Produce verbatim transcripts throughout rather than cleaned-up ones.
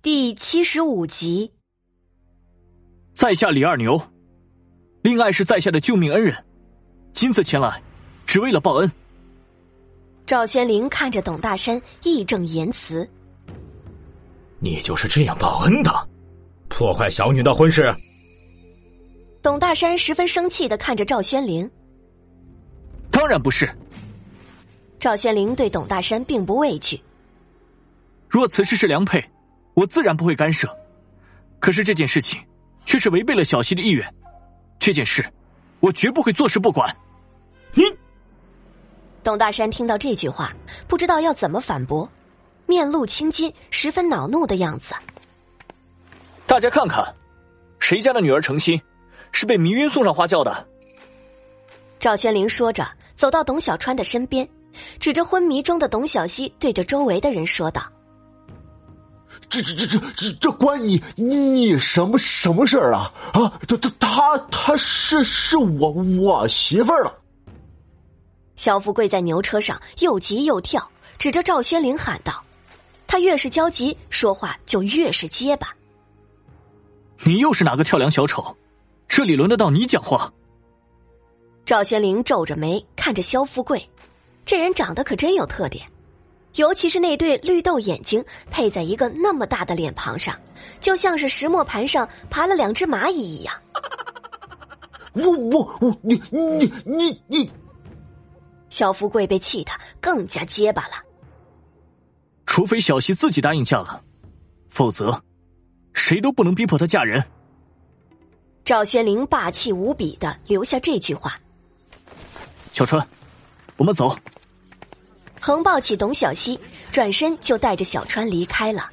第七十五集。 在下李二牛，令爱是在下的救命恩人，今次前来只为了报恩。 赵宣灵看着董大山义正言辞： 你就是这样报恩的，破坏小女的婚事。 董大山十分生气地看着赵宣灵。 当然不是。 赵宣灵对董大山并不畏惧。 若此事是良配，我自然不会干涉，可是这件事情却是违背了小溪的意愿，这件事我绝不会坐视不管。 你董大山听到这句话，不知道要怎么反驳，面露青筋，十分恼怒的样子。 大家看看，谁家的女儿成亲是被迷晕送上花轿的？ 赵宣灵说着走到董小川的身边，指着昏迷中的董小希，对着周围的人说道： 这这这这这这关你你你什么什么事儿啊？啊，这这他他是是我我媳妇儿了。 萧富贵在牛车上又急又跳，指着赵宣灵喊道：他越是焦急，说话就越是结巴。 你又是哪个跳梁小丑？这里轮得到你讲话？ 赵宣灵皱着眉看着萧富贵，这人长得可真有特点，尤其是那对绿豆眼睛配在一个那么大的脸庞上，就像是石磨盘上爬了两只蚂蚁一样。 我我我你你你你！ 萧富贵被气得更加结巴了。 除非小希自己答应嫁了，否则谁都不能逼迫她嫁人。 赵宣灵霸气无比地留下这句话。 小川，我们走。 横抱起董小希，转身就带着小川离开了。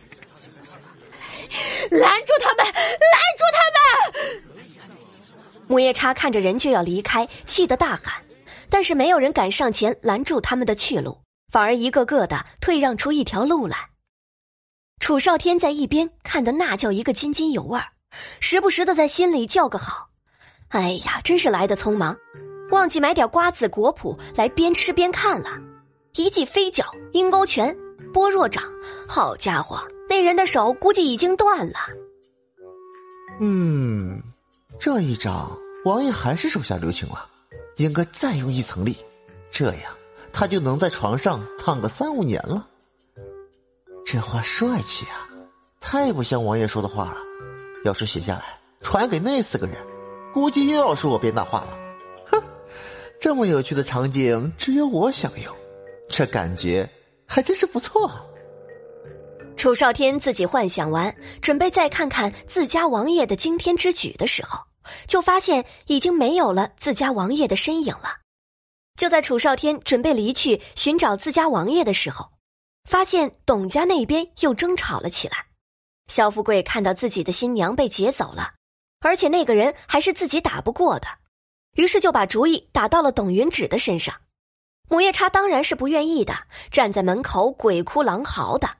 拦住他们！拦住他们！ 母夜叉看着人就要离开，气得大喊，但是没有人敢上前拦住他们的去路，反而一个个的退让出一条路来。楚少天在一边看得那叫一个津津有味，时不时的在心里叫个好。哎呀，真是来得匆忙，忘记买点瓜子果脯来边吃边看了。一记飞脚、鹰钩拳、般若掌，好家伙，那人的手估计已经断了。 嗯，这一招王爷还是手下留情了，应该再用一层力，这样他就能在床上躺个三五年了。这话帅气啊，太不像王爷说的话了。要是写下来传给那四个人，估计又要说我编大话了。哼，这么有趣的场景只有我享用，这感觉还真是不错。 楚少天自己幻想完，准备再看看自家王爷的惊天之举的时候，就发现已经没有了自家王爷的身影了。就在楚少天准备离去寻找自家王爷的时候，发现董家那边又争吵了起来。萧富贵看到自己的新娘被劫走了，而且那个人还是自己打不过的，于是就把主意打到了董云芷的身上。母夜叉当然是不愿意的，站在门口鬼哭狼嚎的。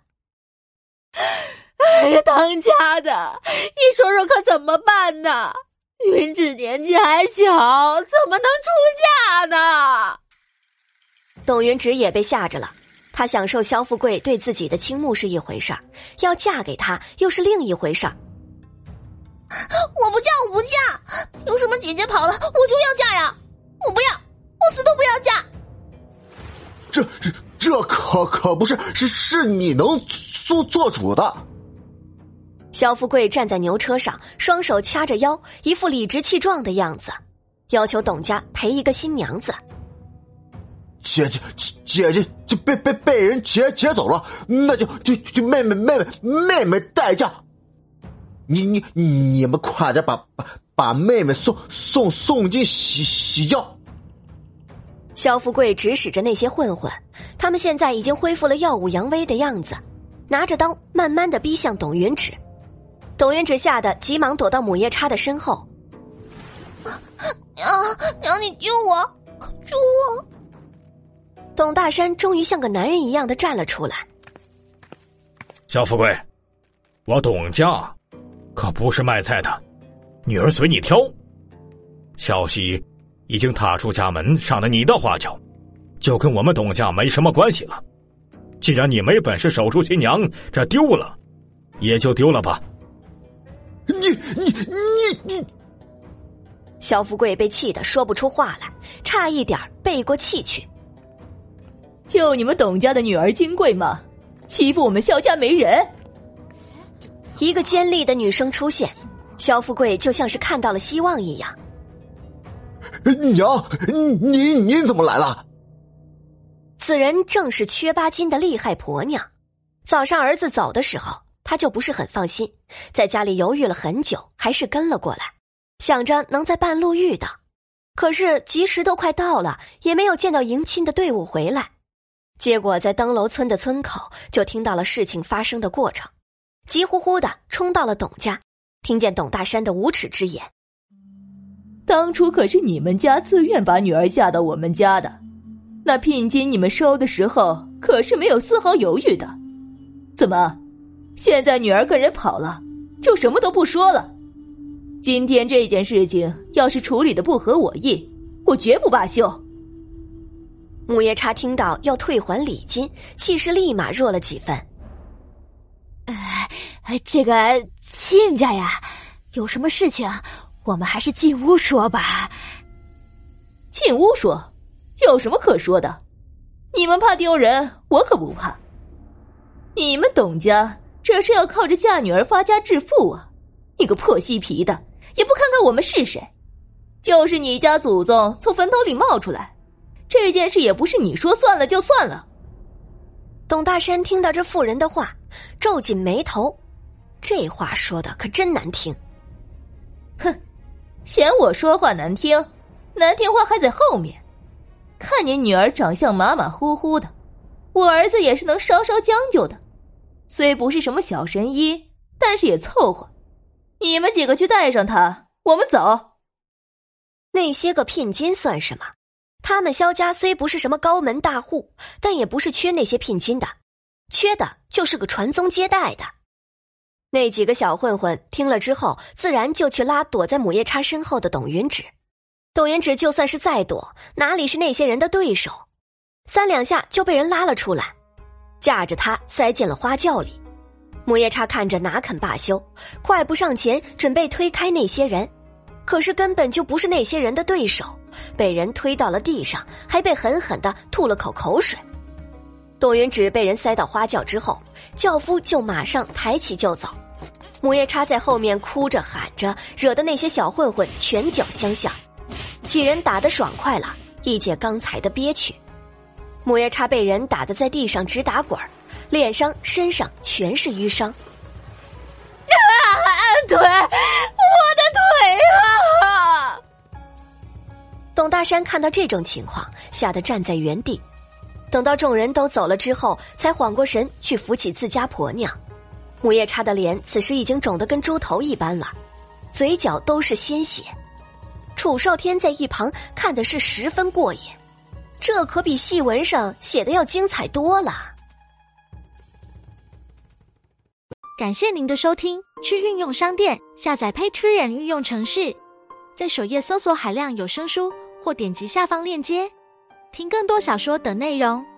哎呀，当家的，你说说可怎么办呢？云芷年纪还小，怎么能出嫁呢？ 董云芷也被吓着了，她享受萧富贵对自己的倾慕是一回事儿，要嫁给他又是另一回事儿。 我不嫁，我不嫁！凭什么姐姐跑了，我就要嫁呀？我不要，我死都不要嫁！ 这这这可可不是是是你能做做主的。 萧富贵站在牛车上，双手掐着腰，一副理直气壮的样子，要求董家赔一个新娘子。 姐姐姐姐就被被被人劫劫走了，那就就就妹妹妹妹妹妹代嫁。你你你们快点把把把妹妹送送送进洗洗窖。 萧富贵指使着那些混混，他们现在已经恢复了耀武扬威的样子，拿着刀慢慢的逼向董云芷。董云芷吓得急忙躲到母夜叉的身后。 娘娘，你救我，救我！ 董大山终于像个男人一样的站了出来。 萧富贵，我董家可不是卖菜的，女儿随你挑。小希已经踏出家门，上了你的花轿，就跟我们董家没什么关系了。既然你没本事守住新娘，这丢了， 也就丢了吧。 你你你你！ 萧富贵被气得说不出话来，差一点背过气去。 就你们董家的女儿金贵吗？欺负我们萧家没人！ 一个尖利的女声出现，萧富贵就像是看到了希望一样。 娘，你你怎么来了？ 此人正是缺八斤的厉害婆娘。早上儿子走的时候，她就不是很放心，在家里犹豫了很久，还是跟了过来，想着能在半路遇到。可是吉时都快到了，也没有见到迎亲的队伍回来。结果在登楼村的村口就听到了事情发生的过程，急呼呼的冲到了董家，听见董大山的无耻之言。 当初可是你们家自愿把女儿嫁到我们家的，那聘金你们收的时候可是没有丝毫犹豫的。怎么，现在女儿跟人跑了，就什么都不说了？今天这件事情要是处理的不合我意，我绝不罢休。 母夜叉听到要退还礼金，气势立马弱了几分。 呃，这个亲家呀，有什么事情我们还是进屋说吧。 进屋说？有什么可说的？你们怕丢人，我可不怕。你们董家这是要靠着嫁女儿发家致富啊！你个破嬉皮的，也不看看我们是谁？就是你家祖宗从坟头里冒出来，这件事也不是你说算了就算了。 董大山听到这妇人的话，皱紧眉头，这话说的可真难听。 哼，嫌我说话难听，难听话还在后面。看你女儿长相马马虎虎的，我儿子也是能稍稍将就的，虽不是什么小神医，但是也凑合。你们几个去带上他，我们走。 那些个聘金算什么？他们萧家虽不是什么高门大户，但也不是缺那些聘金的，缺的就是个传宗接代的。那几个小混混听了之后，自然就去拉躲在母夜叉身后的董云芷。董云芷就算是再躲，哪里是那些人的对手？三两下就被人拉了出来，架着他塞进了花轿里。母夜叉看着哪肯罢休，快步上前准备推开那些人，可是根本就不是那些人的对手，被人推到了地上，还被狠狠地吐了口口水。董云芷被人塞到花轿之后，轿夫就马上抬起就走。母夜叉在后面哭着喊着，惹得那些小混混拳脚相向。几人打得爽快了，一解刚才的憋屈。母夜叉被人打得在地上直打滚，脸上身上全是淤伤。 啊，腿，我的腿啊！ 董大山看到这种情况，吓得站在原地。等到众人都走了之后，才缓过神去扶起自家婆娘。母夜叉的脸此时已经肿得跟猪头一般了，嘴角都是鲜血。楚少天在一旁看的是十分过瘾，这可比戏文上写的要精彩多了。 感谢您的收听，去运用商店下载 Patreon 运用程式，在首页搜索海量有声书，或点击下方链接听更多小说等内容。